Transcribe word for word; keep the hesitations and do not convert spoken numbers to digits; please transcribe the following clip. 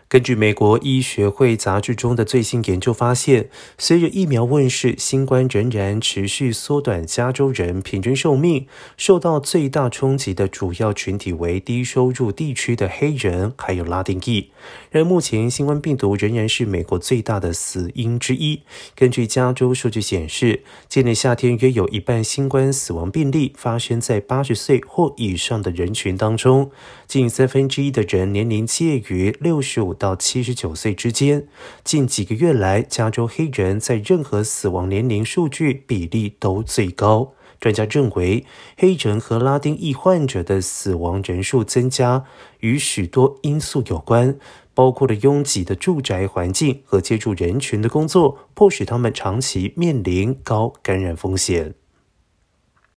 根据美国医学会杂志中的最新研究发现，随着疫苗问世，新冠仍然持续缩短加州人平均寿命。受到最大冲击的主要群体为低收入地区的黑人，还有拉丁裔。然而，目前新冠病毒仍然是美国最大的死因之一。根据加州数据显示，今年夏天约有一半新冠死亡病例发生在八十岁或以上的人群当中，近三分之一的人年龄介于六十五到七十九岁之间。近几个月来，加州黑人在任何死亡年龄数据比例都最高。专家认为，黑人和拉丁裔患者的死亡人数增加与许多因素有关，包括了拥挤的住宅环境和接触人群的工作，迫使他们长期面临高感染风险。